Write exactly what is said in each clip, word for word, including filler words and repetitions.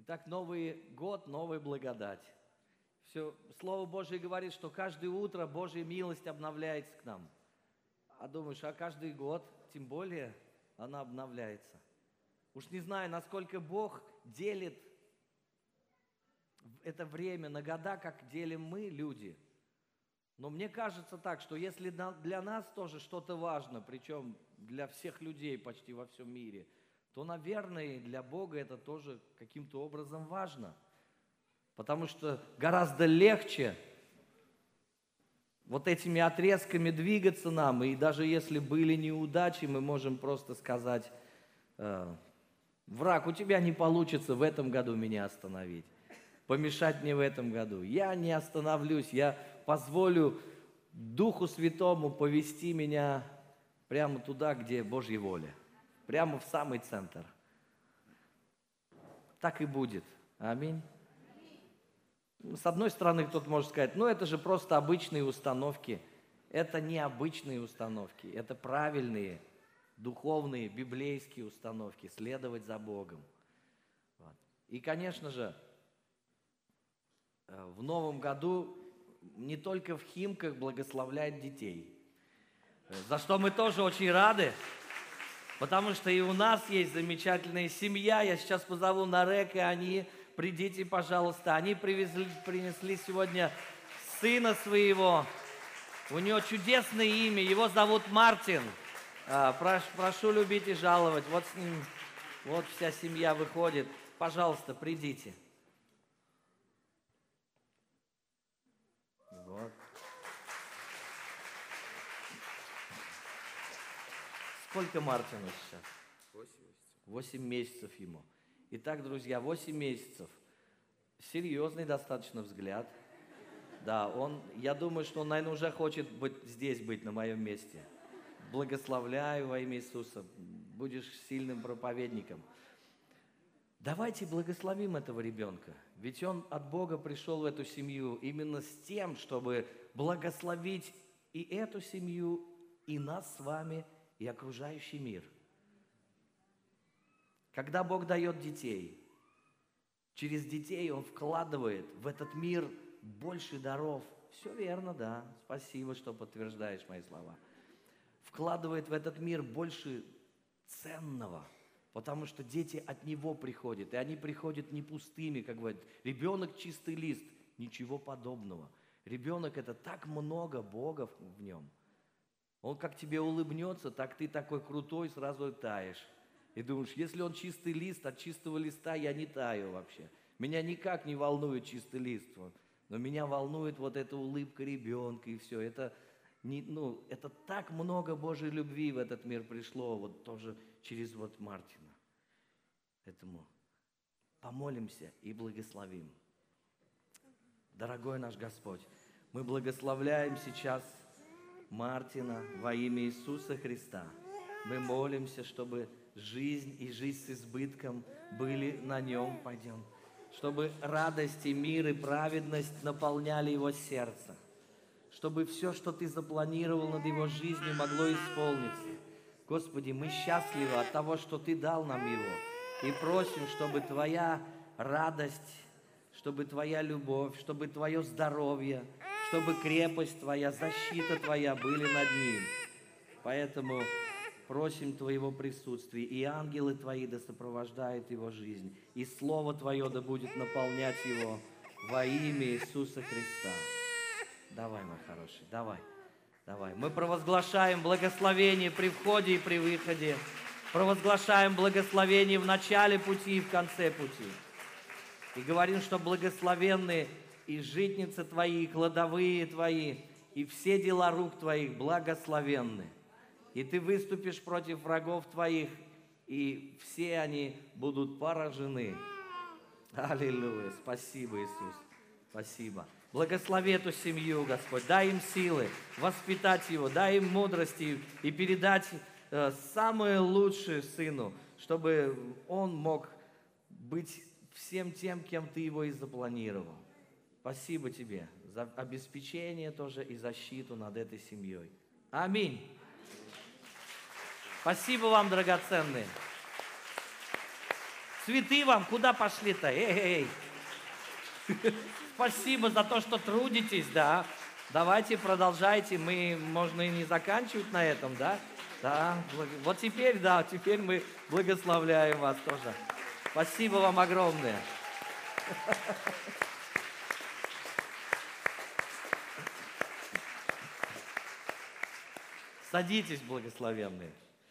Итак, Новый год, новая благодать. Все, Слово Божие говорит, что каждое утро Божья милость обновляется к нам. А думаешь, а каждый год, тем более, она обновляется. Уж не знаю, насколько Бог делит это время на года, как делим мы, люди. Но мне кажется так, что если для нас тоже что-то важно, причем для всех людей почти во всем мире, то, наверное, для Бога это тоже каким-то образом важно. Потому что гораздо легче вот этими отрезками двигаться нам. И даже если были неудачи, мы можем просто сказать: э, враг, у тебя не получится в этом году меня остановить, помешать мне в этом году. Я не остановлюсь, я позволю Духу Святому повести меня прямо туда, где Божья воля. Прямо в самый центр. Так и будет. Аминь. С одной стороны, кто-то может сказать, ну это же просто обычные установки. Это не обычные установки, это правильные, духовные, библейские установки, следовать за Богом. Вот. И, конечно же, в новом году не только в Химках благословляют детей, за что мы тоже очень рады, потому что и у нас есть замечательная семья. Я сейчас позову Нарек, и они... Придите, пожалуйста. Они привезли, принесли сегодня сына своего. У него чудесное имя. Его зовут Мартин. А, прошу, прошу любить и жаловать. Вот с ним, вот вся семья выходит. Пожалуйста, придите. Вот. Сколько Мартину сейчас? Восемь месяцев. Восемь месяцев ему. Итак, друзья, восемь месяцев. Серьезный достаточно взгляд. Да, он, я думаю, что он, наверное, уже хочет быть здесь, быть на моем месте. Благословляю во имя Иисуса. Будешь сильным проповедником. Давайте благословим этого ребенка. Ведь он от Бога пришел в эту семью именно с тем, чтобы благословить и эту семью, и нас с вами, и окружающий мир. Когда Бог дает детей, через детей Он вкладывает в этот мир больше даров. Все верно, да. Спасибо, что подтверждаешь мои слова. Вкладывает в этот мир больше ценного, потому что дети от Него приходят. И они приходят не пустыми, как говорят. Ребенок чистый лист. Ничего подобного. Ребенок — это так много Бога в нем. Он как тебе улыбнется, так ты такой крутой, сразу таешь. И думаешь, если он чистый лист, от чистого листа я не таю вообще. Меня никак не волнует чистый лист. Вот. Но меня волнует вот эта улыбка ребенка и все. Это, не, ну, это так много Божьей любви в этот мир пришло, вот тоже через вот Мартина. Поэтому помолимся и благословим. Дорогой наш Господь, мы благословляем сейчас Мартина во имя Иисуса Христа. Мы молимся, чтобы жизнь и жизнь с избытком были на нем. Пойдем. Чтобы радость и мир и праведность наполняли его сердце. Чтобы все, что ты запланировал над его жизнью, могло исполниться. Господи, мы счастливы от того, что ты дал нам его. И просим, чтобы твоя радость, чтобы твоя любовь, чтобы твое здоровье, чтобы крепость твоя, защита твоя были над ним. Поэтому просим Твоего присутствия, и ангелы Твои да сопровождают его жизнь, и Слово Твое да будет наполнять его во имя Иисуса Христа. Давай, мой хороший, давай, давай. Мы провозглашаем благословение при входе и при выходе, провозглашаем благословение в начале пути и в конце пути. И говорим, что благословенны и житницы Твои, и кладовые Твои, и все дела рук Твоих благословенны. И Ты выступишь против врагов Твоих, и все они будут поражены. Аллилуйя. Спасибо, Иисус. Спасибо. Благослови эту семью, Господь. Дай им силы воспитать его, дай им мудрости и передать э, самое лучшее сыну, чтобы он мог быть всем тем, кем Ты его и запланировал. Спасибо Тебе за обеспечение тоже и защиту над этой семьей. Аминь. Спасибо вам, драгоценные. Цветы вам куда пошли-то? Эй, эй. Спасибо за то, что трудитесь, да. Давайте продолжайте, мы, можно и не заканчивать на этом, да? Да, вот теперь, да, теперь мы благословляем вас тоже. Спасибо вам огромное. Садитесь, благословенные.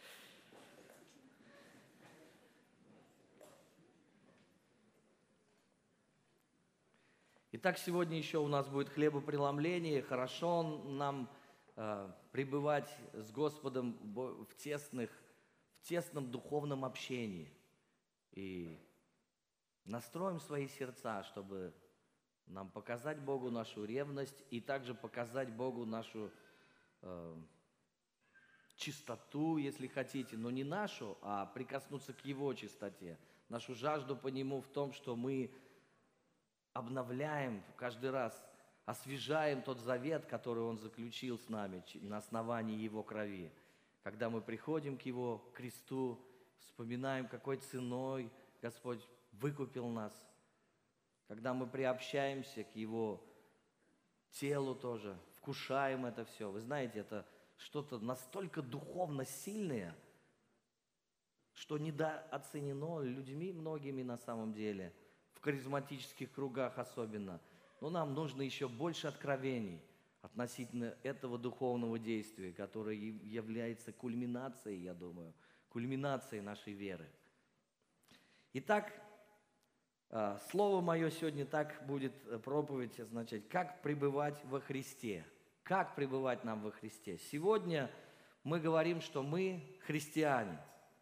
Итак, сегодня еще у нас будет хлебопреломление. Хорошо нам э, пребывать с Господом в, тесных, в тесном духовном общении. И настроим свои сердца, чтобы нам показать Богу нашу ревность и также показать Богу нашу э, чистоту, если хотите, но не нашу, а прикоснуться к Его чистоте. Нашу жажду по Нему в том, что мы обновляем каждый раз, освежаем тот завет, который Он заключил с нами на основании Его крови. Когда мы приходим к Его кресту, вспоминаем, какой ценой Господь выкупил нас. Когда мы приобщаемся к Его телу тоже, вкушаем это все. Вы знаете, это что-то настолько духовно сильное, что недооценено людьми многими на самом деле, в харизматических кругах особенно. Но нам нужно еще больше откровений относительно этого духовного действия, которое является кульминацией, я думаю, кульминацией нашей веры. Итак, слово мое сегодня так будет проповедь означать, как пребывать во Христе. Как пребывать нам во Христе? Сегодня мы говорим, что мы христиане.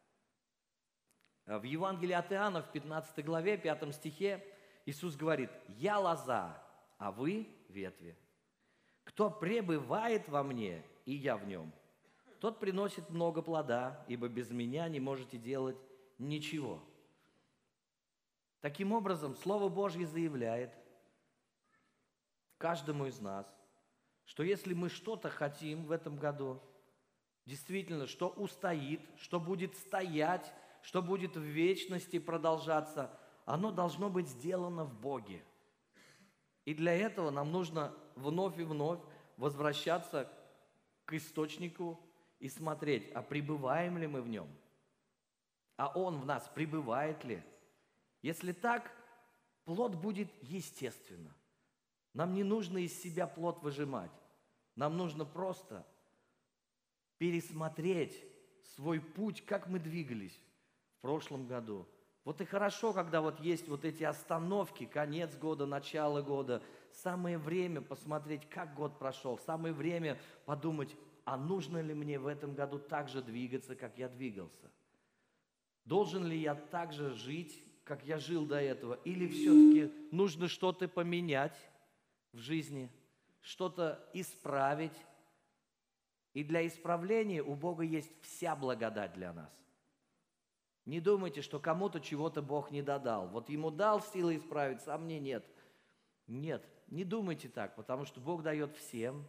В Евангелии от Иоанна, в пятнадцатой главе, пятом стихе, Иисус говорит: «Я лоза, а вы ветви. Кто пребывает во мне, и я в нем, тот приносит много плода, ибо без меня не можете делать ничего». Таким образом, Слово Божье заявляет каждому из нас, что если мы что-то хотим в этом году, действительно, что устоит, что будет стоять, что будет в вечности продолжаться, оно должно быть сделано в Боге. И для этого нам нужно вновь и вновь возвращаться к источнику и смотреть, а пребываем ли мы в нем, а Он в нас пребывает ли. Если так, плод будет естественно. Нам не нужно из себя плод выжимать. Нам нужно просто пересмотреть свой путь, как мы двигались в прошлом году. Вот и хорошо, когда вот есть вот эти остановки, конец года, начало года. Самое время посмотреть, как год прошел. Самое время подумать, а нужно ли мне в этом году так же двигаться, как я двигался? Должен ли я так же жить, как я жил до этого? Или все-таки нужно что-то поменять в жизни, что-то исправить? И для исправления у Бога есть вся благодать для нас. Не думайте, что кому-то чего-то Бог не додал. Вот ему дал силы исправить, а мне нет. Нет, не думайте так, потому что Бог дает всем,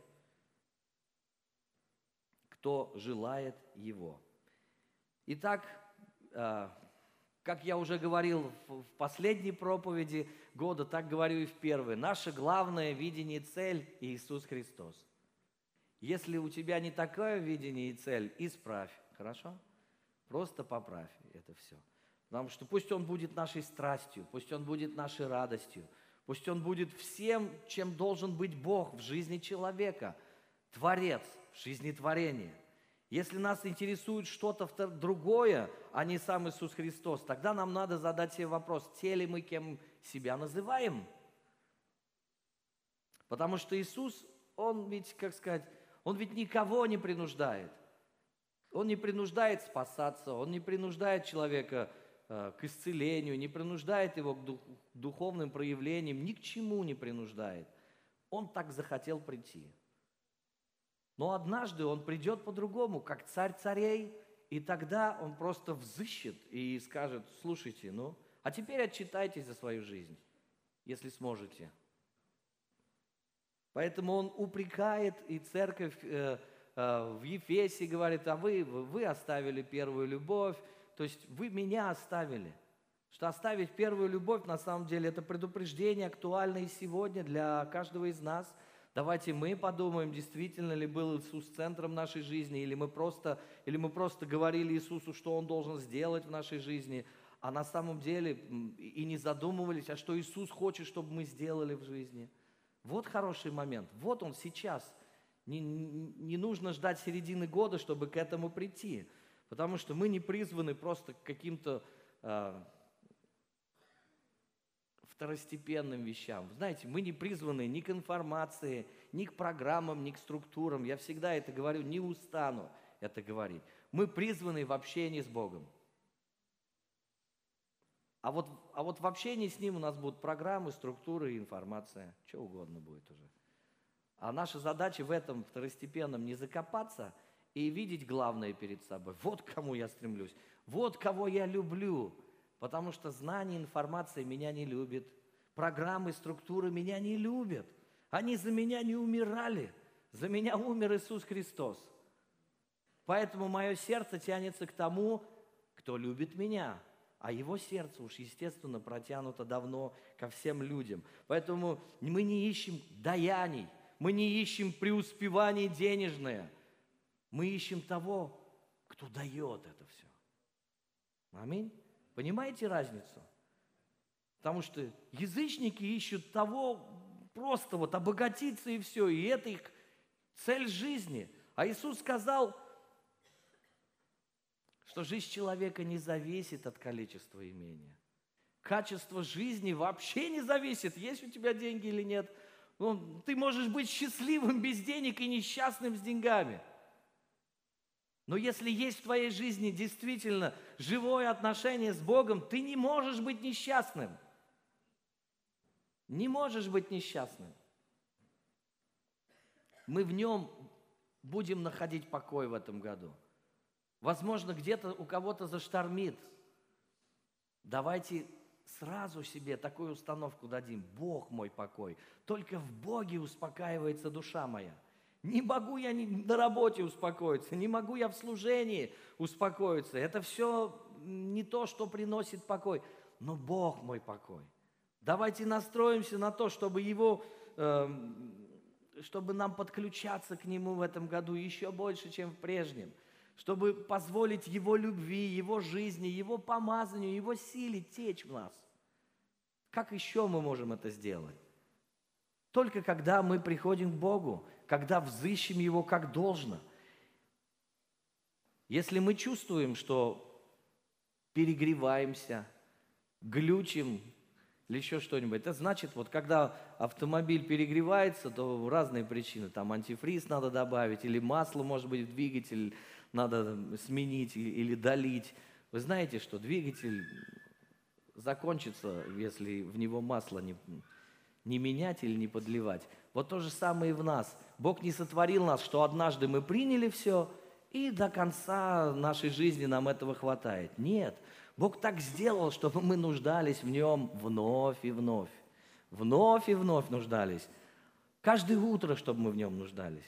кто желает Его. Итак, как я уже говорил в последней проповеди года, так говорю и в первой. Наше главное видение и цель – Иисус Христос. Если у тебя не такое видение и цель, исправь, хорошо? Просто поправь это все. Потому что пусть Он будет нашей страстью, пусть Он будет нашей радостью, пусть Он будет всем, чем должен быть Бог в жизни человека, Творец в жизни творения. Если нас интересует что-то другое, а не сам Иисус Христос, тогда нам надо задать себе вопрос, те ли мы, кем себя называем? Потому что Иисус, Он ведь, как сказать, Он ведь никого не принуждает. Он не принуждает спасаться, Он не принуждает человека э, к исцелению, не принуждает его к дух, духовным проявлениям, ни к чему не принуждает. Он так захотел прийти. Но однажды Он придет по-другому, как царь царей, и тогда Он просто взыщет и скажет: слушайте, ну, а теперь отчитайтесь за свою жизнь, если сможете. Поэтому Он упрекает и церковь э, э, в Ефесе, говорит: а вы, вы оставили первую любовь, то есть вы меня оставили. Что оставить первую любовь, на самом деле, это предупреждение актуально и сегодня для каждого из нас. Давайте мы подумаем, действительно ли был Иисус центром нашей жизни, или мы просто, или мы просто говорили Иисусу, что Он должен сделать в нашей жизни, а на самом деле и не задумывались, а что Иисус хочет, чтобы мы сделали в жизни. Вот хороший момент, вот он сейчас. Не, не нужно ждать середины года, чтобы к этому прийти, потому что мы не призваны просто к каким-то э, второстепенным вещам. Знаете, мы не призваны ни к информации, ни к программам, ни к структурам. Я всегда это говорю, не устану это говорить. Мы призваны в общении с Богом. А вот, а вот в общении с Ним у нас будут программы, структуры, информация, что угодно будет уже. А наша задача в этом второстепенном не закопаться и видеть главное перед собой. Вот к кому я стремлюсь, вот кого я люблю. Потому что знание, информация меня не любит. Программы, структуры меня не любят. Они за меня не умирали. За меня умер Иисус Христос. Поэтому мое сердце тянется к тому, кто любит меня. А его сердце уж, естественно, протянуто давно ко всем людям. Поэтому мы не ищем даяний. Мы не ищем преуспевание денежное. Мы ищем того, кто дает это все. Аминь. Понимаете разницу? Потому что язычники ищут того, просто вот обогатиться и все. И это их цель жизни. А Иисус сказал, что жизнь человека не зависит от количества имения. Качество жизни вообще не зависит, есть у тебя деньги или нет. Ну, ты можешь быть счастливым без денег и несчастным с деньгами. Но если есть в твоей жизни действительно живое отношение с Богом, ты не можешь быть несчастным. Не можешь быть несчастным. Мы в Нем будем находить покой в этом году. Возможно, где-то у кого-то заштормит. Давайте сразу себе такую установку дадим. Бог мой покой. Только в Боге успокаивается душа моя. Не могу я на работе успокоиться, не могу я в служении успокоиться. Это все не то, что приносит покой, но Бог мой покой. Давайте настроимся на то, чтобы Его, э, чтобы нам подключаться к Нему в этом году еще больше, чем в прежнем. Чтобы позволить Его любви, Его жизни, Его помазанию, Его силе течь в нас. Как еще мы можем это сделать? Только когда мы приходим к Богу, когда взыщем Его как должно. Если мы чувствуем, что перегреваемся, глючим или еще что-нибудь, это значит, вот когда автомобиль перегревается, то разные причины. Там антифриз надо добавить, или масло, может быть, в двигатель надо сменить или долить. Вы знаете, что двигатель закончится, если в него масло не, не менять или не подливать. Вот то же самое и в нас. Бог не сотворил нас, что однажды мы приняли все, и до конца нашей жизни нам этого хватает. Нет. Бог так сделал, чтобы мы нуждались в Нем вновь и вновь. Вновь и вновь нуждались. Каждое утро, чтобы мы в Нем нуждались.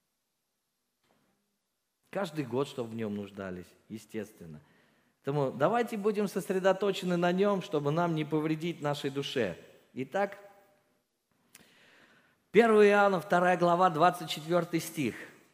Каждый год, чтобы в Нем нуждались, естественно. Поэтому давайте будем сосредоточены на Нем, чтобы нам не повредить нашей душе. Итак, первое Иоанна, вторая глава, двадцать четвёртый стих.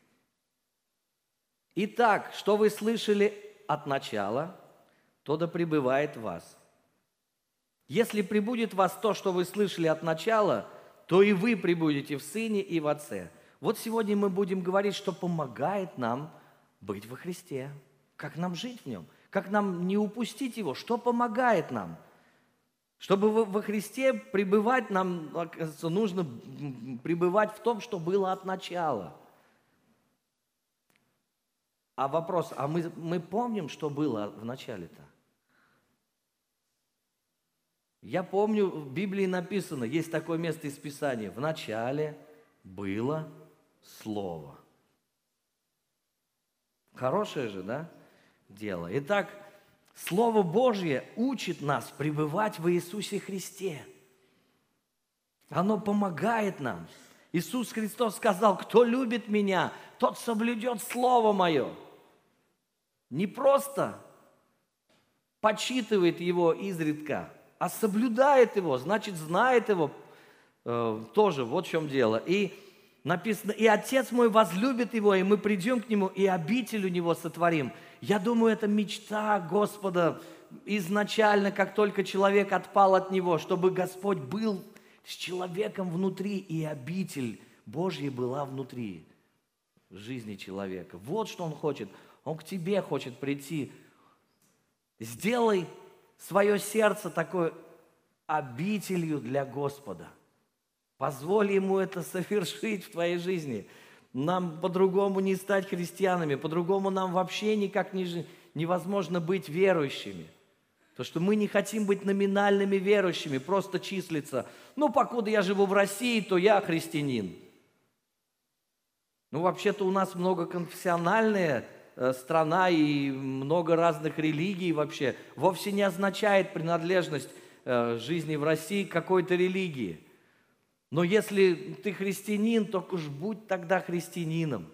«Итак, что вы слышали от начала, то да пребывает в вас. Если пребудет в вас то, что вы слышали от начала, то и вы пребудете в Сыне и в Отце». Вот сегодня мы будем говорить, что помогает нам быть во Христе, как нам жить в Нем, как нам не упустить Его, что помогает нам. Чтобы во Христе пребывать, нам, оказывается, нужно пребывать в том, что было от начала. А вопрос, а мы, мы помним, что было в начале-то? Я помню, в Библии написано, есть такое место из Писания, в начале было Слово. Хорошее же, да, дело. Итак, Слово Божье учит нас пребывать в Иисусе Христе. Оно помогает нам. Иисус Христос сказал, кто любит Меня, тот соблюдет Слово Мое. Не просто почитывает его изредка, а соблюдает его, значит, знает его э, тоже. Вот в чем дело. И написано, и Отец мой возлюбит его, и мы придем к нему, и обитель у него сотворим. Я думаю, это мечта Господа изначально, как только человек отпал от него, чтобы Господь был с человеком внутри, и обитель Божья была внутри жизни человека. Вот что Он хочет. Он к тебе хочет прийти. Сделай свое сердце такой обителью для Господа. Позволь Ему это совершить в твоей жизни. Нам по-другому не стать христианами, по-другому нам вообще никак не, невозможно быть верующими. То, что мы не хотим быть номинальными верующими, просто числиться. Ну, покуда я живу в России, то я христианин. Ну, вообще-то у нас многоконфессиональная э, страна и много разных религий вообще. Вовсе не означает принадлежность э, жизни в России к какой-то религии. Но если ты христианин, то уж будь тогда христианином.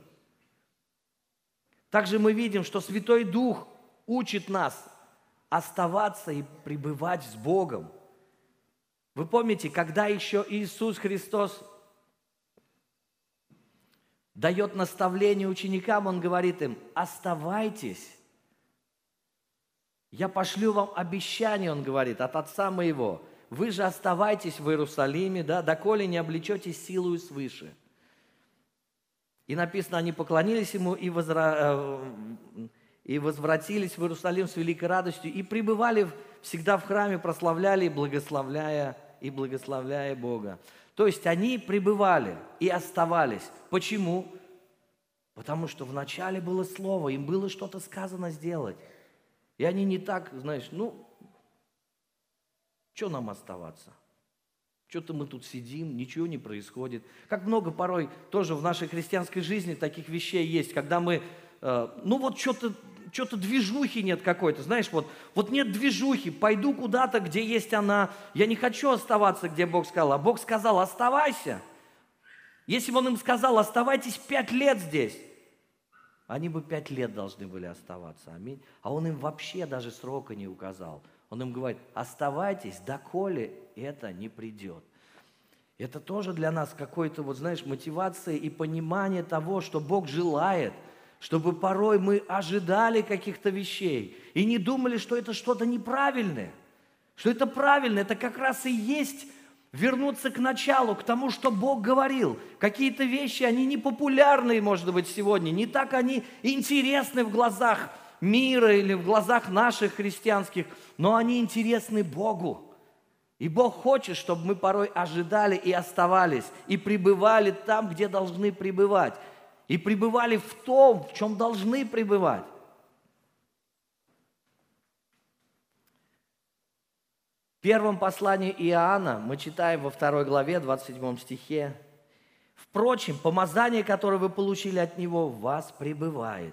Также мы видим, что Святой Дух учит нас оставаться и пребывать с Богом. Вы помните, когда еще Иисус Христос дает наставление ученикам, Он говорит им: оставайтесь. Я пошлю вам обещание, Он говорит, от Отца моего. Вы же оставайтесь в Иерусалиме, да, доколе не облечетесь силою свыше. И написано, они поклонились Ему и, возра... и возвратились в Иерусалим с великой радостью и пребывали всегда в храме, прославляли и благословляя, и благословляя Бога. То есть они пребывали и оставались. Почему? Потому что вначале было слово, им было что-то сказано сделать. И они не так, знаешь, ну, что нам оставаться? Что-то мы тут сидим, ничего не происходит. Как много порой тоже в нашей христианской жизни таких вещей есть, когда мы, э, ну вот что-то, что-то движухи нет какой-то, знаешь, вот, вот нет движухи, пойду куда-то, где есть она. Я не хочу оставаться, где Бог сказал, а Бог сказал: оставайся. Если бы Он им сказал: оставайтесь пять лет здесь, они бы пять лет должны были оставаться, аминь. А Он им вообще даже срока не указал. Он им говорит: оставайтесь, доколе это не придет. Это тоже для нас какой-то, вот знаешь, мотивация и понимание того, что Бог желает, чтобы порой мы ожидали каких-то вещей и не думали, что это что-то неправильное, что это правильно, это как раз и есть вернуться к началу, к тому, что Бог говорил. Какие-то вещи, они не популярные, может быть, сегодня, не так они интересны в глазах мира или в глазах наших христианских, но они интересны Богу. И Бог хочет, чтобы мы порой ожидали и оставались, и пребывали там, где должны пребывать, и пребывали в том, в чем должны пребывать. В первом послании Иоанна мы читаем во второй главе, двадцать седьмом стихе: «Впрочем, помазание, которое вы получили от Него, в вас пребывает.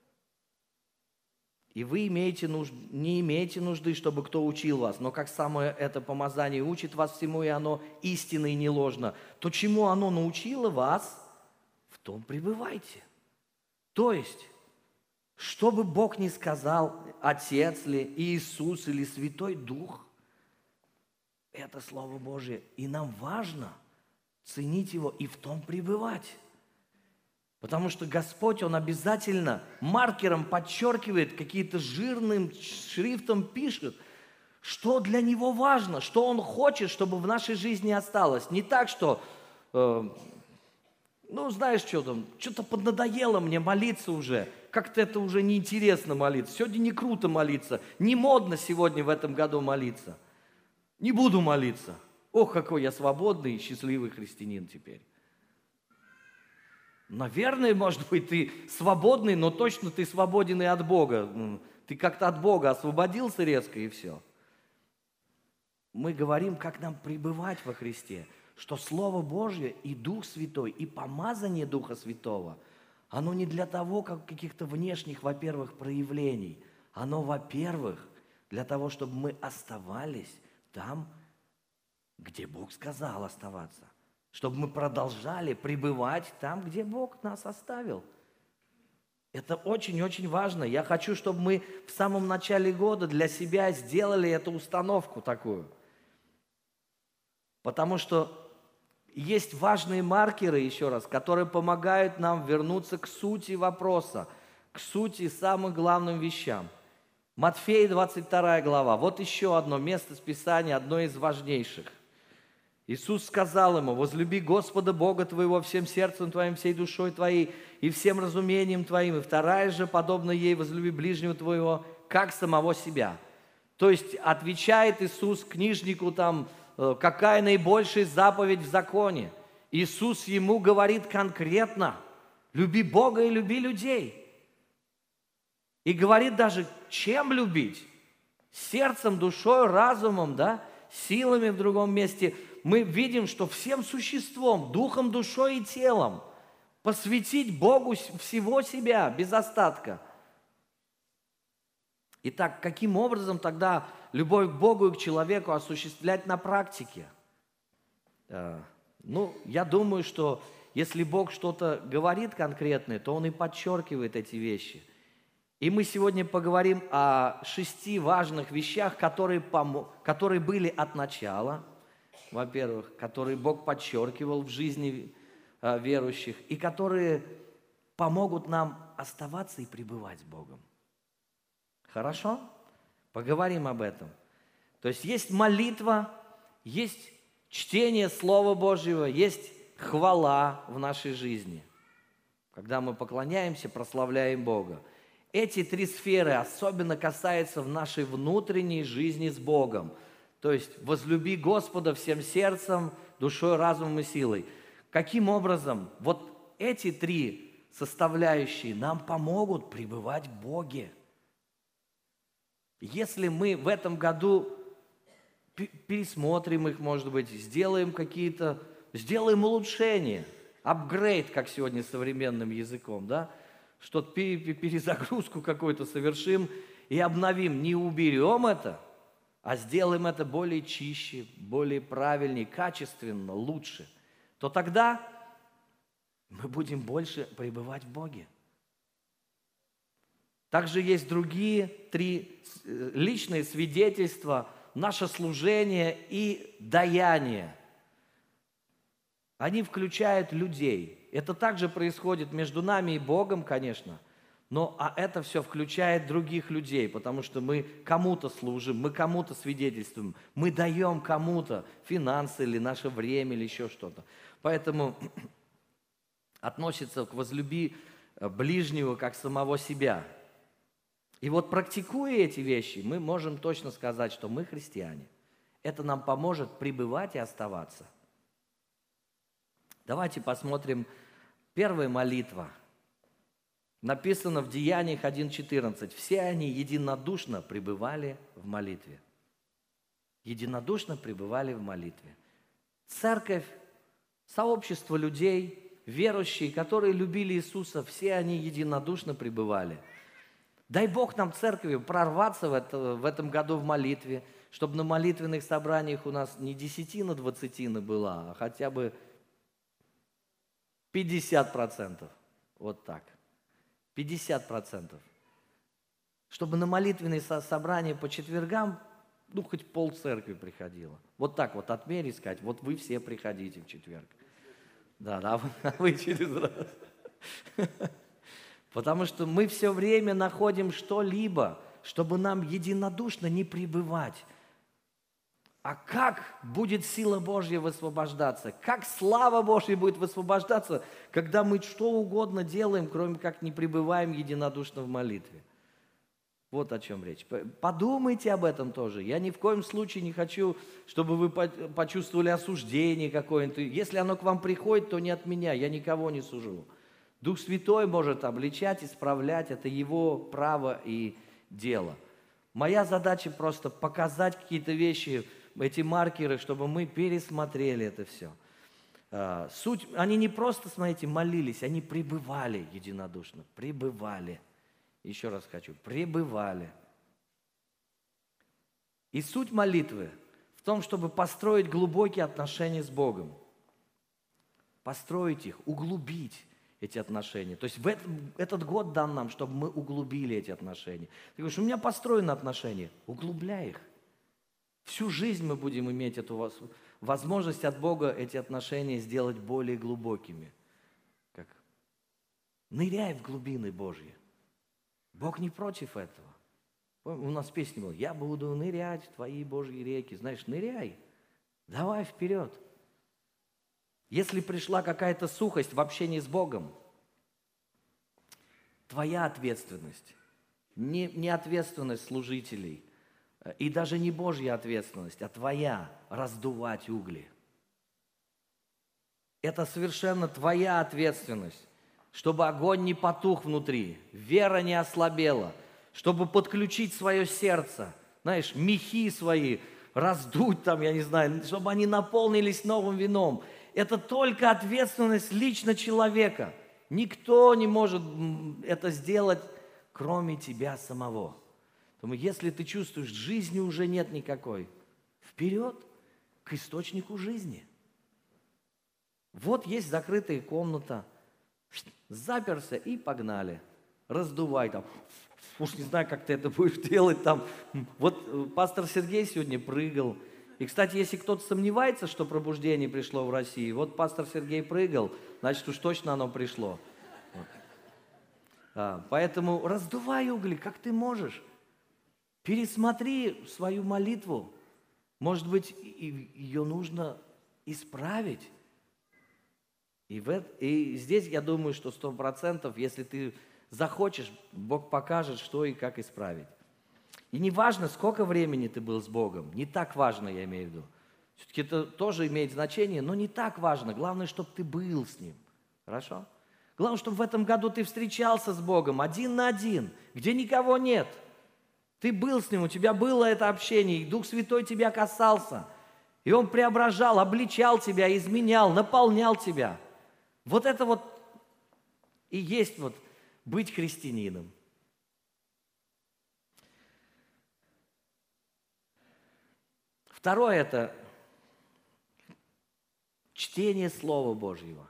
И вы имеете нужд... не имеете нужды, чтобы кто учил вас, но как самое это помазание учит вас всему, и оно истинно и не ложно, то чему оно научило вас, в том пребывайте». То есть, что бы Бог ни сказал, Отец ли, Иисус или Святой Дух, это Слово Божие, и нам важно ценить его и в том пребывать. Потому что Господь, Он обязательно маркером подчеркивает, какие-то жирным шрифтом пишет, что для Него важно, что Он хочет, чтобы в нашей жизни осталось. Не так, что, э, ну, знаешь, что там, что-то поднадоело мне молиться уже, как-то это уже неинтересно молиться, сегодня не круто молиться, не модно сегодня в этом году молиться. Не буду молиться. Ох, какой я свободный и счастливый христианин теперь. Наверное, может быть, ты свободный, но точно ты свободен и от Бога. Ты как-то от Бога освободился резко, и все. Мы говорим, как нам пребывать во Христе, что Слово Божье и Дух Святой, и помазание Духа Святого, оно не для того, как каких-то внешних, во-первых, проявлений. Оно, во-первых, для того, чтобы мы оставались там, где Бог сказал оставаться. Чтобы мы продолжали пребывать там, где Бог нас оставил. Это очень-очень важно. Я хочу, чтобы мы в самом начале года для себя сделали эту установку такую. Потому что есть важные маркеры, еще раз, которые помогают нам вернуться к сути вопроса, к сути самым главным вещам. Матфея двадцать вторая глава. Вот еще одно место с Писания, одно из важнейших. Иисус сказал ему: возлюби Господа Бога твоего всем сердцем твоим, всей душой твоей и всем разумением твоим. И вторая же, подобно ей, возлюби ближнего твоего, как самого себя. То есть отвечает Иисус книжнику там, какая наибольшая заповедь в законе. Иисус ему говорит конкретно: люби Бога и люби людей. И говорит даже, чем любить. Сердцем, душой, разумом, да? Силами в другом месте. Мы видим, что всем существом, духом, душой и телом посвятить Богу всего себя, без остатка. Итак, каким образом тогда любовь к Богу и к человеку осуществлять на практике? Ну, я думаю, что если Бог что-то говорит конкретное, то Он и подчеркивает эти вещи. И мы сегодня поговорим о шести важных вещах, которые, помо... которые были от начала, во-первых, которые Бог подчеркивал в жизни э, верующих, и которые помогут нам оставаться и пребывать с Богом. Хорошо? Поговорим об этом. То есть есть молитва, есть чтение Слова Божьего, есть хвала в нашей жизни, когда мы поклоняемся, прославляем Бога. Эти три сферы особенно касаются в нашей внутренней жизни с Богом. То есть возлюби Господа всем сердцем, душой, разумом и силой. Каким образом вот эти три составляющие нам помогут пребывать в Боге? Если мы в этом году пересмотрим их, может быть, сделаем какие-то, сделаем улучшения, апгрейд, как сегодня современным языком, да? Что-то перезагрузку какую-то совершим и обновим, не уберем это, а сделаем это более чище, более правильнее, качественно, лучше, то тогда мы будем больше пребывать в Боге. Также есть другие три личные свидетельства, наше служение и даяние. Они включают людей. Это также происходит между нами и Богом, конечно, но а это все включает других людей, потому что мы кому-то служим, мы кому-то свидетельствуем, мы даем кому-то финансы или наше время или еще что-то. Поэтому относится к возлюби ближнего как самого себя. И вот практикуя эти вещи, мы можем точно сказать, что мы христиане. Это нам поможет пребывать и оставаться. Давайте посмотрим. Первая молитва. Написано в Деяниях один четырнадцать. Все они единодушно пребывали в молитве. Единодушно пребывали в молитве. Церковь, сообщество людей, верующие, которые любили Иисуса, все они единодушно пребывали. Дай Бог нам, церкви, прорваться в, это, в этом году в молитве, чтобы на молитвенных собраниях у нас не десятина двадцатина была, а хотя бы пятьдесят процентов. Вот так. пятьдесят процентов. Чтобы на молитвенные собрания по четвергам, ну, хоть пол церкви приходило. Вот так вот отмерить, сказать, вот вы все приходите в четверг. Да, да, вы через раз. Потому что мы все время находим что-либо, чтобы нам единодушно не пребывать. А как будет сила Божья высвобождаться? Как слава Божья будет высвобождаться, когда мы что угодно делаем, кроме как не пребываем единодушно в молитве? Вот о чем речь. Подумайте об этом тоже. Я ни в коем случае не хочу, чтобы вы почувствовали осуждение какое-то. Если оно к вам приходит, то не от меня, я никого не сужу. Дух Святой может обличать, исправлять, это Его право и дело. Моя задача просто показать какие-то вещи, эти маркеры, чтобы мы пересмотрели это все. Суть, они не просто, смотрите, молились, они пребывали единодушно, пребывали. Еще раз хочу, пребывали. И суть молитвы в том, чтобы построить глубокие отношения с Богом. Построить их, углубить. эти отношения. То есть в этот, этот год дан нам, чтобы мы углубили эти отношения. Ты говоришь, у меня построены отношения. Углубляй их. Всю жизнь мы будем иметь эту возможность от Бога эти отношения сделать более глубокими. Как? Ныряй в глубины Божьи. Бог не против этого. У нас песня была: «Я буду нырять в твои Божьи реки». Знаешь, ныряй. Давай вперед. Если пришла какая-то сухость в общении с Богом, твоя ответственность, не, не ответственность служителей, и даже не Божья ответственность, а твоя — раздувать угли. Это совершенно твоя ответственность, чтобы огонь не потух внутри, вера не ослабела, чтобы подключить свое сердце, знаешь, мехи свои раздуть там, я не знаю, чтобы они наполнились новым вином. Это только ответственность лично человека. Никто не может это сделать, кроме тебя самого. Поэтому если ты чувствуешь, жизни уже нет никакой, вперед к источнику жизни. Вот есть закрытая комната, заперся и погнали. Раздувай там. Уж не знаю, как ты это будешь делать там. Вот пастор Сергей сегодня прыгал. И, кстати, если кто-то сомневается, что пробуждение пришло в России, вот пастор Сергей прыгал, значит уж точно оно пришло. Вот. А, поэтому раздувай угли, как ты можешь. Пересмотри свою молитву. Может быть, ее нужно исправить. И, в, и здесь я думаю, что сто процентов, если ты захочешь, Бог покажет, что и как исправить. И не важно, сколько времени ты был с Богом, не так важно, я имею в виду. Все-таки это тоже имеет значение, но не так важно. Главное, чтобы ты был с Ним. Хорошо? Главное, чтобы в этом году ты встречался с Богом один на один, где никого нет. Ты был с Ним, у тебя было это общение, и Дух Святой тебя касался. И Он преображал, обличал тебя, изменял, наполнял тебя. Вот это вот и есть вот быть христианином. Второе – это чтение Слова Божьего.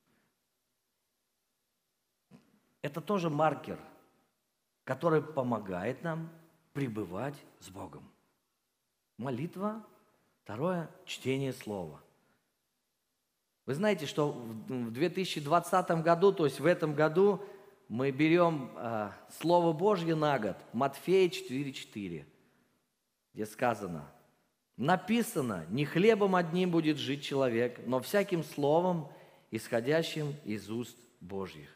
Это тоже маркер, который помогает нам пребывать с Богом. Молитва. Второе – чтение Слова. Вы знаете, что в две тысячи двадцатом году, то есть в этом году, мы берем э, Слово Божье на год, Матфея четыре четыре, где сказано: написано, не хлебом одним будет жить человек, но всяким словом, исходящим из уст Божьих.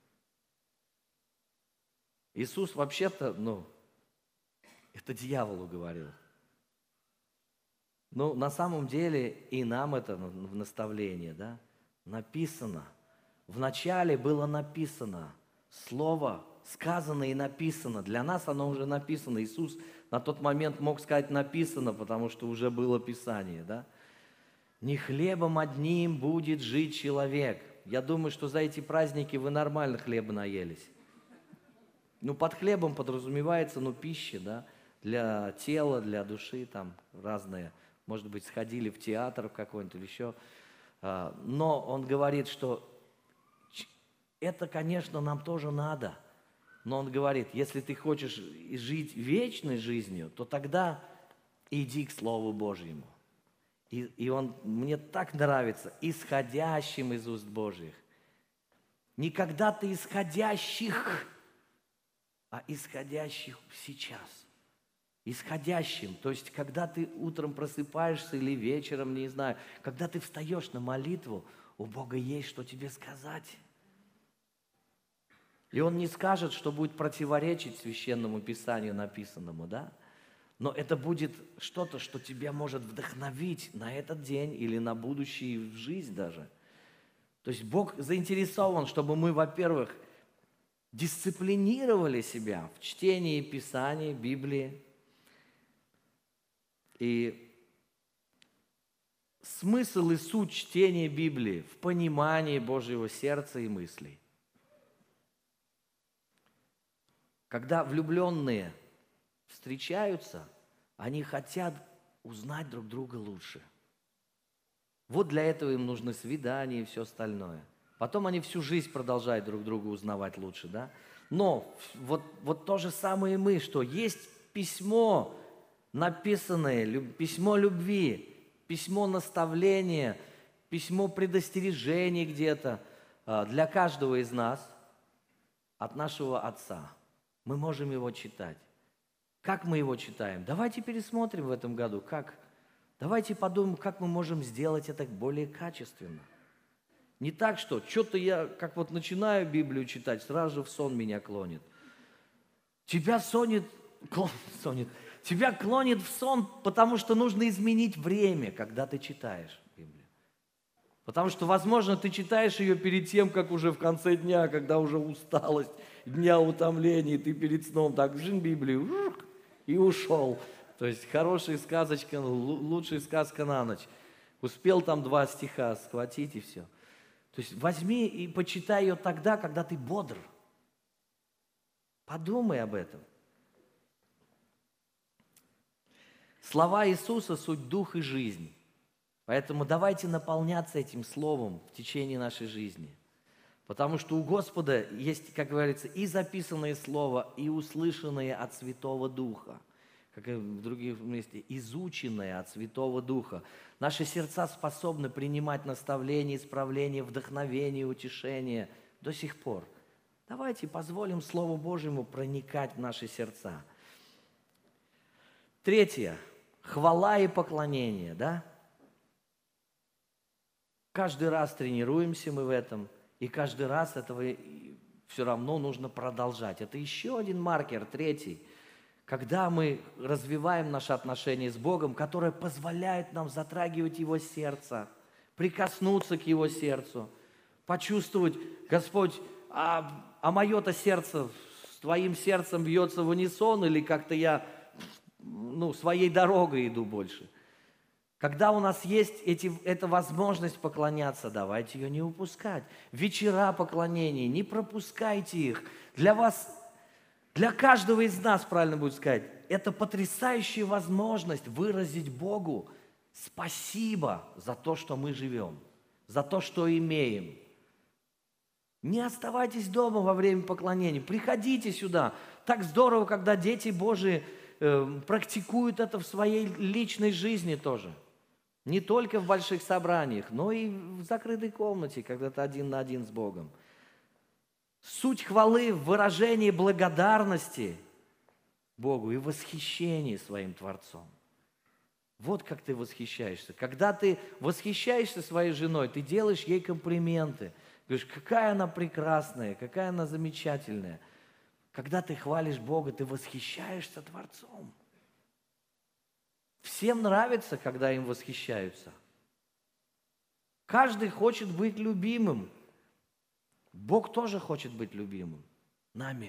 Иисус вообще-то, ну, это дьяволу говорил. Ну, на самом деле и нам это в наставление, да, написано. Вначале было написано. Слово сказано и написано. Для нас оно уже написано. Иисус на тот момент мог сказать написано, потому что уже было Писание, да. Не хлебом одним будет жить человек. Я думаю, что за эти праздники вы нормально хлеба наелись. Ну, под хлебом подразумевается, ну, пища, да, для тела, для души, там разные. Может быть, сходили в театр какой-нибудь или еще. Но он говорит, что это, конечно, нам тоже надо. Но он говорит, если ты хочешь жить вечной жизнью, то тогда иди к Слову Божьему. И, и он мне так нравится, исходящим из уст Божьих. Не когда-то исходящих, а исходящих сейчас. Исходящим, то есть, когда ты утром просыпаешься или вечером, не знаю, когда ты встаешь на молитву, у Бога есть что тебе сказать. И Он не скажет, что будет противоречить Священному Писанию написанному, да? Но это будет что-то, что тебя может вдохновить на этот день или на будущую жизнь даже. То есть Бог заинтересован, чтобы мы, во-первых, дисциплинировали себя в чтении Писания, Библии. И смысл и суть чтения Библии в понимании Божьего сердца и мыслей. Когда влюбленные встречаются, они хотят узнать друг друга лучше. Вот для этого им нужны свидания и все остальное. Потом они всю жизнь продолжают друг друга узнавать лучше, да? Но вот, вот то же самое и мы, что есть письмо написанное, люб, письмо любви, письмо наставления, письмо предостережения где-то а, для каждого из нас от нашего Отца. Мы можем его читать. Как мы его читаем? Давайте пересмотрим в этом году, как. Давайте подумаем, как мы можем сделать это более качественно. Не так, что что-то я, как вот начинаю Библию читать, сразу же в сон меня клонит. Тебя сонит, клон, сонит, тебя клонит в сон, потому что нужно изменить время, когда ты читаешь Библию. Потому что, возможно, ты читаешь ее перед тем, как уже в конце дня, когда уже усталость, дня утомления, и ты перед сном так жин Библию и ушел. То есть хорошая сказочка, лучшая сказка на ночь. Успел там два стиха схватить и все. То есть возьми и почитай ее тогда, когда ты бодр. Подумай об этом. Слова Иисуса – суть дух и жизнь. Поэтому давайте наполняться этим словом в течение нашей жизни. Потому что у Господа есть, как говорится, и записанное слово, и услышанное от Святого Духа. Как и в других местах, изученное от Святого Духа. Наши сердца способны принимать наставления, исправления, вдохновение, утешение до сих пор. Давайте позволим Слову Божьему проникать в наши сердца. Третье. Хвала и поклонение, да? Каждый раз тренируемся мы в этом, и каждый раз этого все равно нужно продолжать. Это еще один маркер, третий. Когда мы развиваем наши отношения с Богом, которое позволяет нам затрагивать Его сердце, прикоснуться к Его сердцу, почувствовать, Господь, а, а мое-то сердце с Твоим сердцем бьется в унисон, или как-то я ну, своей дорогой иду больше. Когда у нас есть эти, эта возможность поклоняться, давайте ее не упускать. Вечера поклонения, не пропускайте их. Для вас... Для каждого из нас, правильно будет сказать, это потрясающая возможность выразить Богу спасибо за то, что мы живем, за то, что имеем. Не оставайтесь дома во время поклонения, приходите сюда. Так здорово, когда дети Божии э, практикуют это в своей личной жизни тоже. Не только в больших собраниях, но и в закрытой комнате, когда ты один на один с Богом. Суть хвалы в выражении благодарности Богу и восхищении своим Творцом. Вот как ты восхищаешься. Когда ты восхищаешься своей женой, ты делаешь ей комплименты. Говоришь, какая она прекрасная, какая она замечательная. Когда ты хвалишь Бога, ты восхищаешься Творцом. Всем нравится, когда им восхищаются. Каждый хочет быть любимым. Бог тоже хочет быть любимым нами.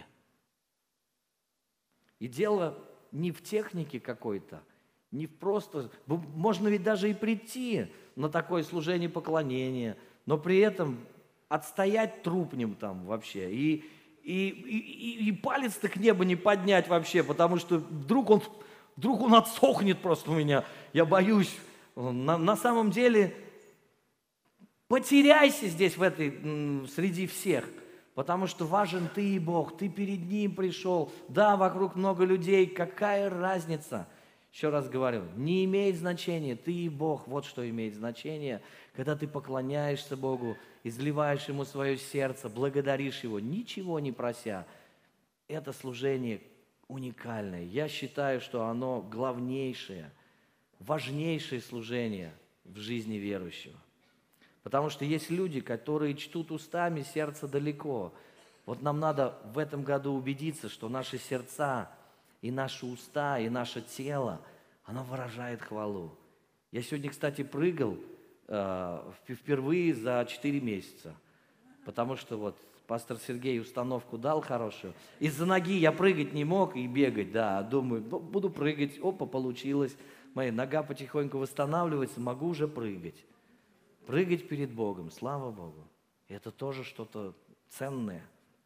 И дело не в технике какой-то, не в просто... Можно ведь даже и прийти на такое служение поклонения, но при этом отстоять трупнем там вообще. И, и, и, и палец-то к небу не поднять вообще, потому что вдруг он, вдруг он отсохнет просто у меня. Я боюсь. На, на самом деле... Потеряйся здесь, в этой, среди всех, потому что важен ты и Бог, ты перед Ним пришел. Да, вокруг много людей, какая разница? Еще раз говорю, не имеет значения, ты и Бог, вот что имеет значение, когда ты поклоняешься Богу, изливаешь Ему свое сердце, благодаришь Его, ничего не прося. Это служение уникальное. Я считаю, что оно главнейшее, важнейшее служение в жизни верующего. Потому что есть люди, которые чтут устами, сердце далеко. Вот нам надо в этом году убедиться, что наши сердца и наши уста, и наше тело, оно выражает хвалу. Я сегодня, кстати, прыгал э, впервые за четыре месяца. Потому что вот пастор Сергей установку дал хорошую. Из-за ноги я прыгать не мог и бегать, да. Думаю, буду прыгать, опа, получилось. Моя нога потихоньку восстанавливается, могу уже прыгать. Прыгать перед Богом, слава Богу. Это тоже что-то ценное.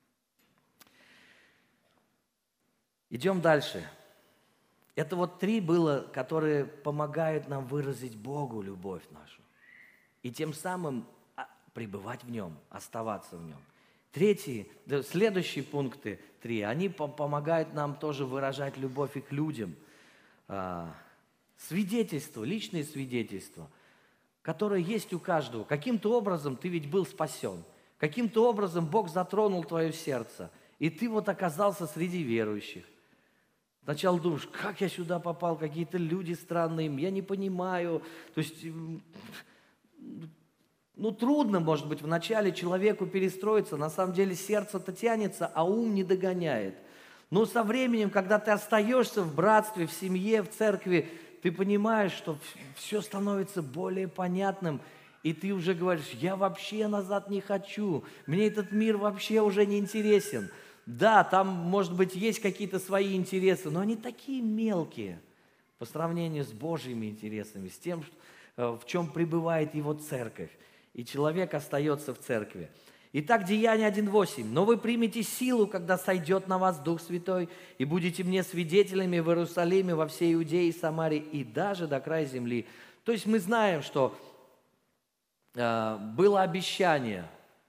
Идем дальше. Это вот три было, которые помогают нам выразить Богу любовь нашу. И тем самым пребывать в нем, оставаться в нем. Третьи, да, следующие пункты, три, они по- помогают нам тоже выражать любовь и к людям. А, свидетельство, личные свидетельства, которое есть у каждого. Каким-то образом ты ведь был спасен. Каким-то образом Бог затронул твое сердце. И ты вот оказался среди верующих. Сначала думаешь, как я сюда попал, какие-то люди странные, я не понимаю. То есть, ну, трудно, может быть, вначале человеку перестроиться. На самом деле сердце-то тянется, а ум не догоняет. Но со временем, когда ты остаешься в братстве, в семье, в церкви, ты понимаешь, что все становится более понятным. И ты уже говоришь, я вообще назад не хочу, мне этот мир вообще уже не интересен. Да, там, может быть, есть какие-то свои интересы, но они такие мелкие по сравнению с Божьими интересами, с тем, в чем пребывает Его церковь. И человек остается в церкви. Итак, Деяния один восемь. «Но вы примете силу, когда сойдет на вас Дух Святой, и будете мне свидетелями в Иерусалиме, во всей Иудее и Самарии, и даже до края земли». То есть мы знаем, что э, было обещание,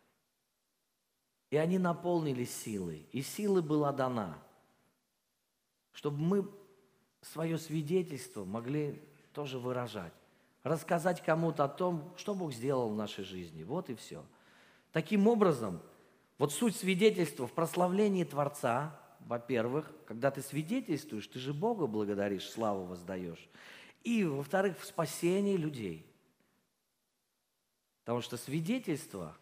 и они наполнились силой, и сила была дана, чтобы мы свое свидетельство могли тоже выражать, рассказать кому-то о том, что Бог сделал в нашей жизни. Вот и все. Таким образом, вот суть свидетельства в прославлении Творца, во-первых, когда ты свидетельствуешь, ты же Бога благодаришь, славу воздаешь. И, во-вторых, в спасении людей. Потому что свидетельство,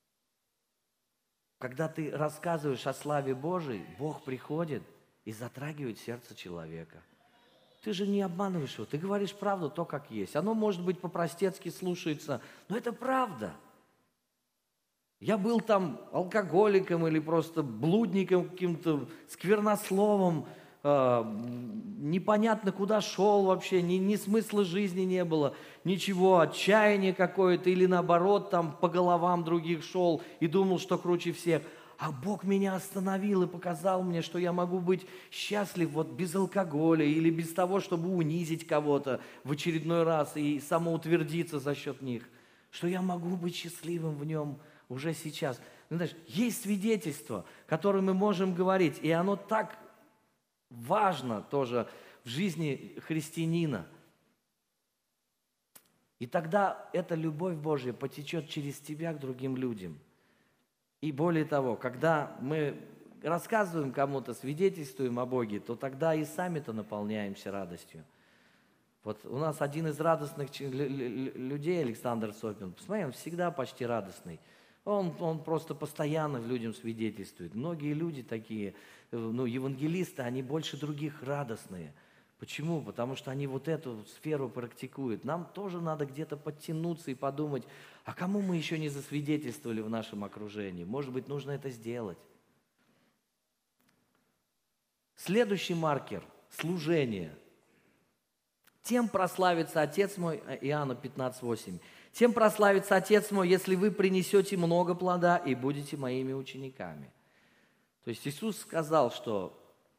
когда ты рассказываешь о славе Божией, Бог приходит и затрагивает сердце человека. Ты же не обманываешь его, ты говоришь правду, то, как есть. Оно, может быть, по-простецки слушается, но это правда. Я был там алкоголиком или просто блудником, каким-то сквернословом, э, непонятно куда шел вообще, ни, ни смысла жизни не было, ничего, отчаяние какое-то, или наоборот, там по головам других шел и думал, что круче всех. А Бог меня остановил и показал мне, что я могу быть счастлив вот без алкоголя или без того, чтобы унизить кого-то в очередной раз и самоутвердиться за счет них, что я могу быть счастливым в нем уже сейчас. Ну, знаешь, есть свидетельство, которое мы можем говорить, и оно так важно тоже в жизни христианина. И тогда эта любовь Божья потечет через тебя к другим людям. И более того, когда мы рассказываем кому-то, свидетельствуем о Боге, то тогда и сами-то наполняемся радостью. Вот у нас один из радостных людей, Александр Сопин, посмотри, он всегда почти радостный. Он, он просто постоянно людям свидетельствует. Многие люди такие, ну, евангелисты, они больше других радостные. Почему? Потому что они вот эту сферу практикуют. Нам тоже надо где-то подтянуться и подумать, а кому мы еще не засвидетельствовали в нашем окружении? Может быть, нужно это сделать. Следующий маркер – служение. Тем прославится Отец мой, Иоанна пятнадцать восемь. Тем прославится Отец мой, если вы принесете много плода и будете моими учениками. То есть Иисус сказал, что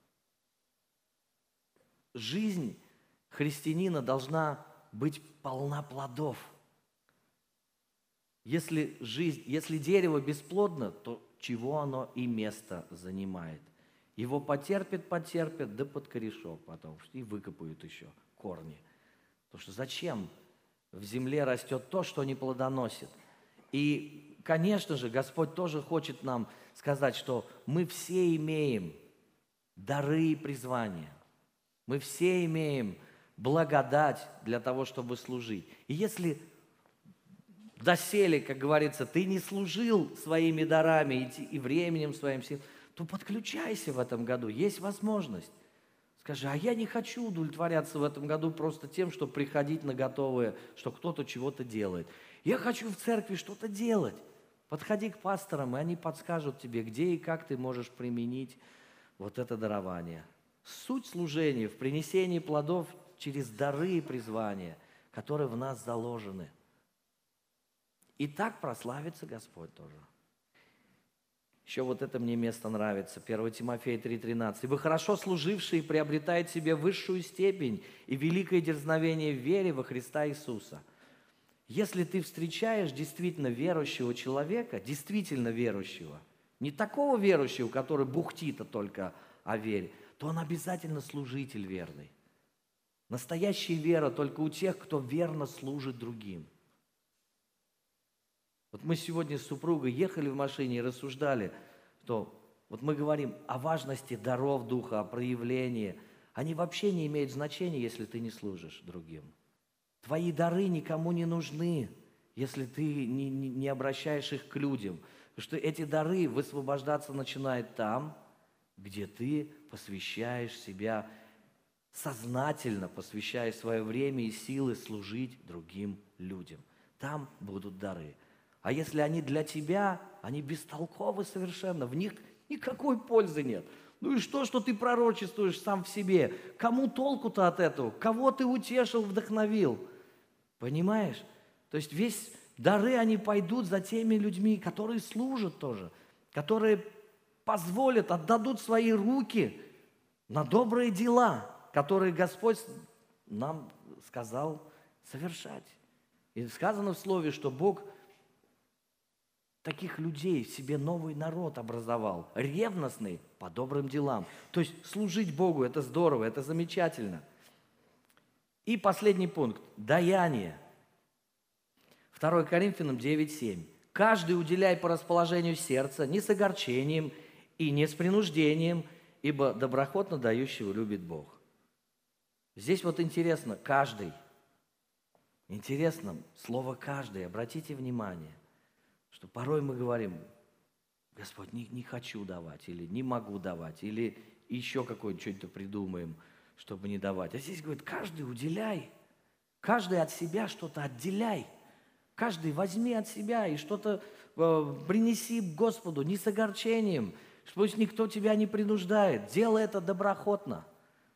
жизнь христианина должна быть полна плодов. Если, жизнь, если дерево бесплодно, то чего оно и место занимает? Его потерпит, потерпит, да под корешок потом, и выкопают еще корни. Потому что зачем в земле растет то, что не плодоносит? И, конечно же, Господь тоже хочет нам сказать, что мы все имеем дары и призвания. Мы все имеем благодать для того, чтобы служить. И если доселе, как говорится, ты не служил своими дарами и временем своим, то подключайся в этом году. Есть возможность. Скажи, а я не хочу удовлетворяться в этом году просто тем, чтобы приходить на готовое, что кто-то чего-то делает. Я хочу в церкви что-то делать. Подходи к пасторам, и они подскажут тебе, где и как ты можешь применить вот это дарование. Суть служения в принесении плодов через дары и призвания, которые в нас заложены. И так прославится Господь тоже. Еще вот это мне место нравится. первое Тимофея три тринадцать. «Ибо хорошо служивший приобретает себе высшую степень и великое дерзновение в вере во Христа Иисуса». Если ты встречаешь действительно верующего человека, действительно верующего, не такого верующего, который бухтит только о вере, то он обязательно служитель верный. Настоящая вера только у тех, кто верно служит другим. Вот мы сегодня с супругой ехали в машине и рассуждали, что вот мы говорим о важности даров Духа, о проявлении. Они вообще не имеют значения, если ты не служишь другим. Твои дары никому не нужны, если ты не, не, не обращаешь их к людям. Потому что эти дары высвобождаться начинают там, где ты посвящаешь себя, сознательно посвящая свое время и силы служить другим людям. Там будут дары. А если они для тебя, они бестолковы совершенно, в них никакой пользы нет. Ну и что, что ты пророчествуешь сам в себе? Кому толку-то от этого? Кого ты утешил, вдохновил? Понимаешь? То есть весь дары, они пойдут за теми людьми, которые служат тоже, которые позволят, отдадут свои руки на добрые дела, которые Господь нам сказал совершать. И сказано в Слове, что Бог таких людей в себе новый народ образовал, ревностный по добрым делам. То есть служить Богу – это здорово, это замечательно. И последний пункт – даяние. второе Коринфянам девять семь. «Каждый уделяй по расположению сердца, не с огорчением и не с принуждением, ибо доброхотно дающего любит Бог». Здесь вот интересно, каждый. Интересно слово «каждый». Обратите внимание, что порой мы говорим: Господь, не, не хочу давать, или не могу давать, или еще какое-нибудь что-то придумаем, чтобы не давать. А здесь говорит, каждый уделяй, каждый от себя что-то отделяй, каждый возьми от себя и что-то э, принеси Господу, не с огорчением, пусть никто тебя не принуждает. Делай это доброхотно.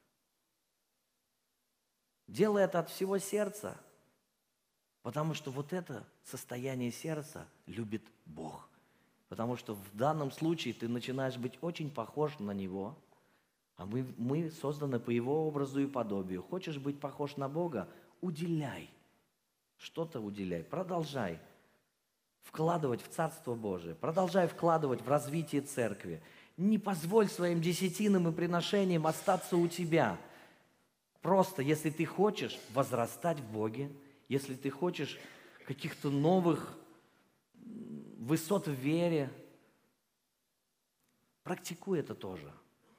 Делай это от всего сердца, потому что вот это состояние сердца любит Бог. Потому что в данном случае ты начинаешь быть очень похож на Него, а мы, мы созданы по Его образу и подобию. Хочешь быть похож на Бога? Уделяй. Что-то уделяй. Продолжай вкладывать в Царство Божие. Продолжай вкладывать в развитие церкви. Не позволь своим десятинам и приношениям остаться у тебя. Просто, если ты хочешь возрастать в Боге, если ты хочешь каких-то новых высот в вере, практикуй это тоже.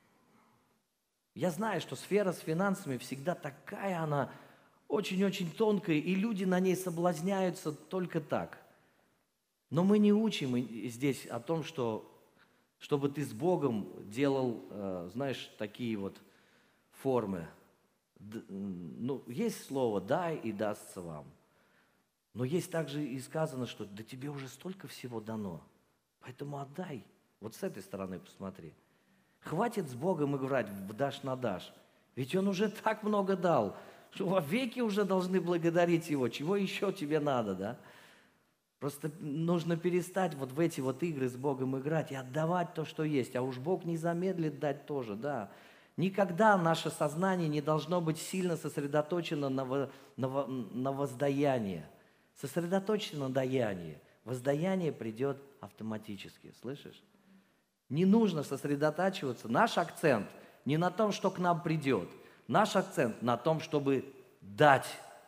Я знаю, что сфера с финансами всегда такая, она очень-очень тонкая, и люди на ней соблазняются только так. Но мы не учим здесь о том, что чтобы ты с Богом делал, знаешь, такие вот формы. Ну, есть слово «дай и дастся вам». Но есть также и сказано, что да тебе уже столько всего дано, поэтому отдай. Вот с этой стороны посмотри. Хватит с Богом играть в «дашь на дашь». Ведь Он уже так много дал, что во веки уже должны благодарить Его. Чего еще тебе надо, да? Просто нужно перестать вот в эти вот игры с Богом играть и отдавать то, что есть. А уж Бог не замедлит дать тоже, да. Никогда наше сознание не должно быть сильно сосредоточено на, на, на воздаянии. Сосредоточено на даянии. Воздаяние придет автоматически, слышишь? Не нужно сосредотачиваться. Наш акцент не на том, что к нам придет. Наш акцент на том, чтобы дать.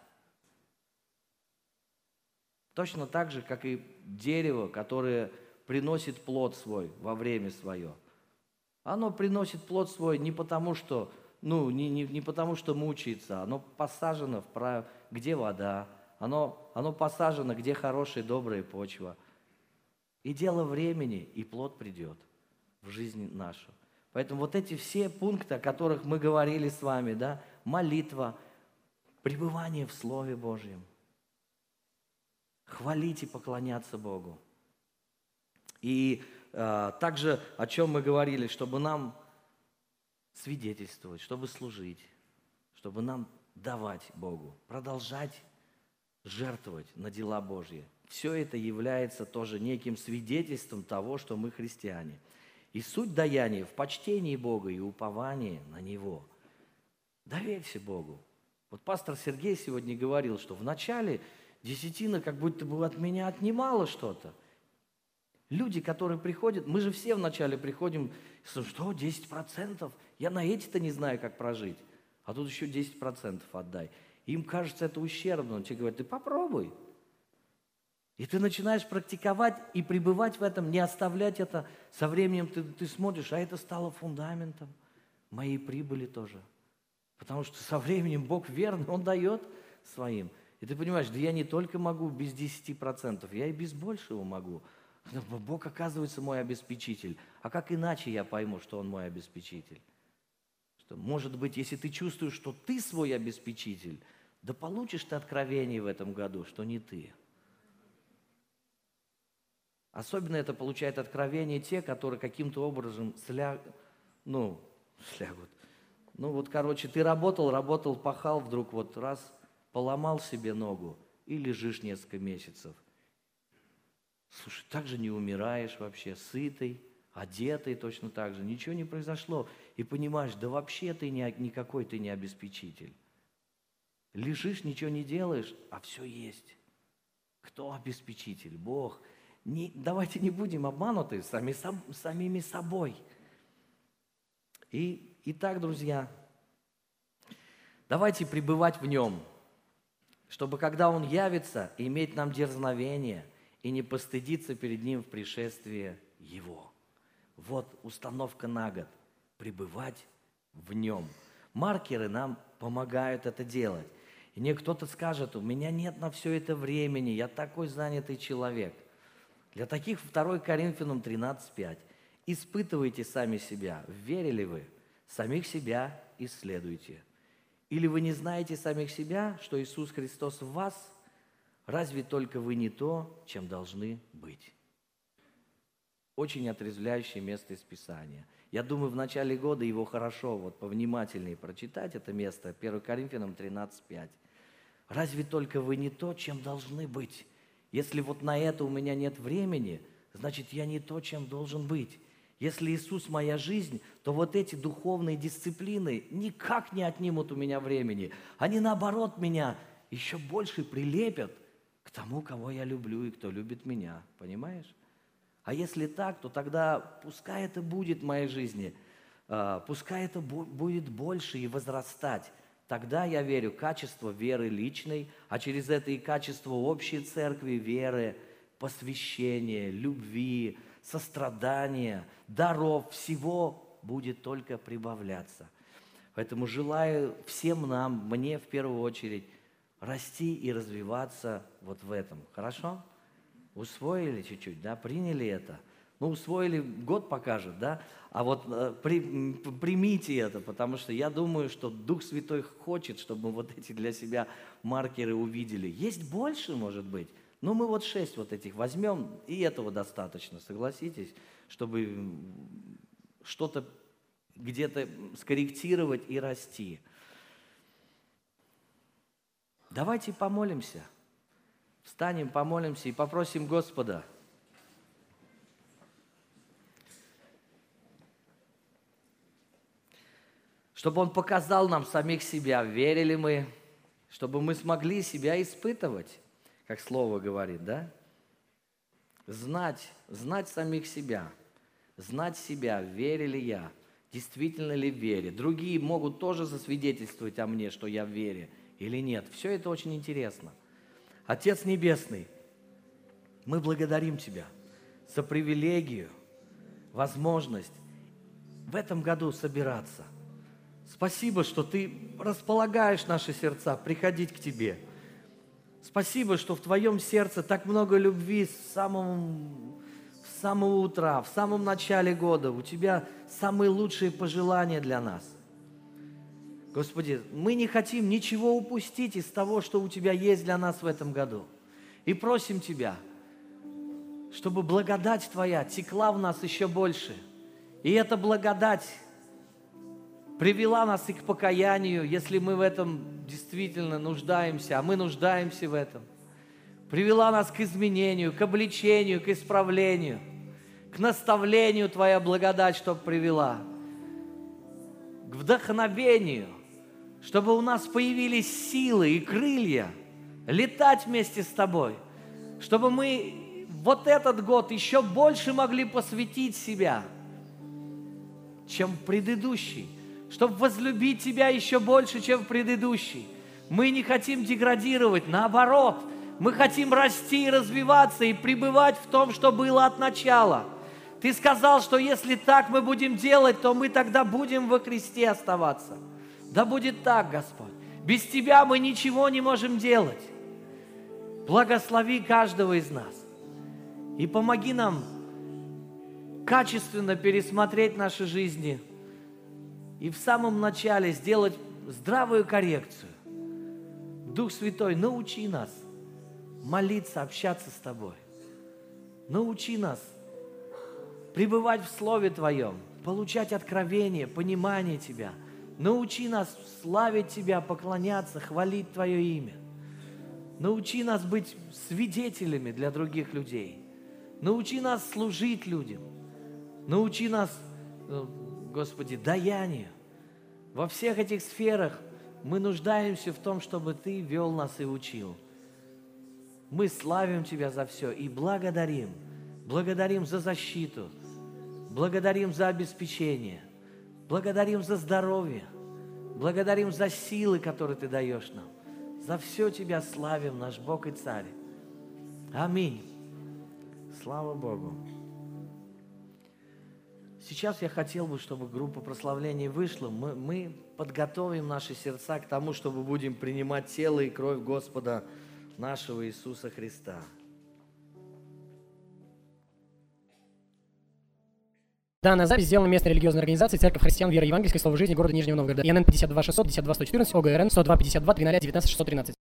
Точно так же, как и дерево, которое приносит плод свой во время свое. Оно приносит плод свой не потому, что, ну, не, не, не потому, что мучается. Оно посажено, в прав... где вода. Оно, оно посажено, где хорошая, добрая почва. И дело времени, и плод придет в жизнь нашу. Поэтому вот эти все пункты, о которых мы говорили с вами, да, молитва, пребывание в Слове Божьем, хвалить и поклоняться Богу. И э, также, о чем мы говорили, чтобы нам свидетельствовать, чтобы служить, чтобы нам давать Богу, продолжать жертвовать на дела Божьи. Все это является тоже неким свидетельством того, что мы христиане. И суть даяния в почтении Бога и уповании на Него. Доверься Богу. Вот пастор Сергей сегодня говорил, что вначале Десятина как будто бы от меня отнимала что-то. Люди, которые приходят, мы же все вначале приходим, что, десять процентов? Я на эти-то не знаю, как прожить. А тут еще десять процентов отдай. Им кажется это ущербно. Он тебе говорит, ты попробуй. И ты начинаешь практиковать и пребывать в этом, не оставлять это. Со временем ты, ты смотришь, а это стало фундаментом моей прибыли тоже. Потому что со временем Бог верный, Он дает своим. И ты понимаешь, да я не только могу без десяти процентов, я и без большего могу. Бог, оказывается, мой обеспечитель. А как иначе я пойму, что Он мой обеспечитель? Что, может быть, если ты чувствуешь, что ты свой обеспечитель, да получишь ты откровение в этом году, что не ты. Особенно это получают откровение те, которые каким-то образом сля... ну, слягут. Ну вот, короче, ты работал, работал, пахал, вдруг вот раз поломал себе ногу и лежишь несколько месяцев. Слушай, так же не умираешь вообще, сытый, одетый точно так же, ничего не произошло. И понимаешь, да вообще ты не, никакой ты не обеспечитель. Лежишь, ничего не делаешь, а все есть. Кто обеспечитель? Бог. Не, давайте не будем обмануты сами, сам, самими собой. И, итак, друзья, давайте пребывать в Нем, чтобы, когда Он явится, иметь нам дерзновение и не постыдиться перед Ним в пришествии Его. Вот установка на год – пребывать в Нем. Маркеры нам помогают это делать. И мне кто-то скажет, у меня нет на все это времени, я такой занятый человек. Для таких второе Коринфянам тринадцать пять. Испытывайте сами себя, верили вы, самих себя исследуйте. Или вы не знаете самих себя, что Иисус Христос в вас? Разве только вы не то, чем должны быть? Очень отрезвляющее место из Писания. Я думаю, в начале года его хорошо, вот повнимательнее прочитать, это место, первое Коринфянам тринадцать пять. Разве только вы не то, чем должны быть? Если вот на это у меня нет времени, значит, я не то, чем должен быть. Если Иисус моя жизнь, то вот эти духовные дисциплины никак не отнимут у меня времени. Они, наоборот, меня еще больше прилепят к тому, кого я люблю и кто любит меня. Понимаешь? А если так, то тогда пускай это будет в моей жизни, пускай это будет больше и возрастать. Тогда, я верю, качество веры личной, а через это и качество общей церкви, веры, посвящения, любви, сострадания, даров, всего будет только прибавляться. Поэтому желаю всем нам, мне в первую очередь, расти и развиваться вот в этом. Хорошо? Усвоили чуть-чуть, да? Приняли это? Ну, усвоили, год покажет, да? А вот э, при, примите это, потому что я думаю, что Дух Святой хочет, чтобы мы вот эти для себя маркеры увидели. Есть больше, может быть. Ну, мы вот шесть вот этих возьмем, и этого достаточно, согласитесь, чтобы что-то где-то скорректировать и расти. Давайте помолимся. Встанем, помолимся и попросим Господа, чтобы Он показал нам самих себя, верили мы, чтобы мы смогли себя испытывать, как Слово говорит, да? Знать, знать самих себя, знать себя, верю ли я, действительно ли в вере. Другие могут тоже засвидетельствовать о мне, что я в вере или нет. Все это очень интересно. Отец Небесный, мы благодарим Тебя за привилегию, возможность в этом году собираться. Спасибо, что Ты располагаешь наши сердца приходить к Тебе. Спасибо, что в Твоем сердце так много любви с самого, с самого утра, в самом начале года. У Тебя самые лучшие пожелания для нас. Господи, мы не хотим ничего упустить из того, что у Тебя есть для нас в этом году. И просим Тебя, чтобы благодать Твоя текла в нас еще больше. И эта благодать привела нас и к покаянию, если мы в этом действительно нуждаемся, а мы нуждаемся в этом. Привела нас к изменению, к обличению, к исправлению, к наставлению Твоя благодать, чтобы привела, к вдохновению, чтобы у нас появились силы и крылья летать вместе с Тобой, чтобы мы вот этот год еще больше могли посвятить себя, чем предыдущий, чтобы возлюбить Тебя еще больше, чем предыдущий. Мы не хотим деградировать, наоборот, мы хотим расти и развиваться и пребывать в том, что было от начала. Ты сказал, что если так мы будем делать, то мы тогда будем во Христе оставаться. Да будет так, Господь. Без Тебя мы ничего не можем делать. Благослови каждого из нас. И помоги нам качественно пересмотреть наши жизни и в самом начале сделать здравую коррекцию. Дух Святой, научи нас молиться, общаться с Тобой. Научи нас пребывать в Слове Твоем, получать откровение, понимание Тебя. Научи нас славить Тебя, поклоняться, хвалить Твое имя. Научи нас быть свидетелями для других людей. Научи нас служить людям. Научи нас, Господи, даянию. Во всех этих сферах мы нуждаемся в том, чтобы Ты вел нас и учил. Мы славим Тебя за все и благодарим. Благодарим за защиту. Благодарим за обеспечение. Благодарим за здоровье. Благодарим за силы, которые Ты даешь нам. За все Тебя славим, наш Бог и Царь. Аминь. Слава Богу. Сейчас я хотел бы, чтобы группа прославления вышла. Мы, мы подготовим наши сердца к тому, чтобы будем принимать тело и кровь Господа нашего Иисуса Христа. Данная запись сделана местной религиозной организацией Церковь Христиан Веры Евангельской Слова Жизни города Нижнего Новгорода. ИНН пятьдесят два шестьсот, пятьдесят два сто четырнадцать, ОГРН сто два пятьдесят два тринадцать девятнадцать шестьсот тринадцать.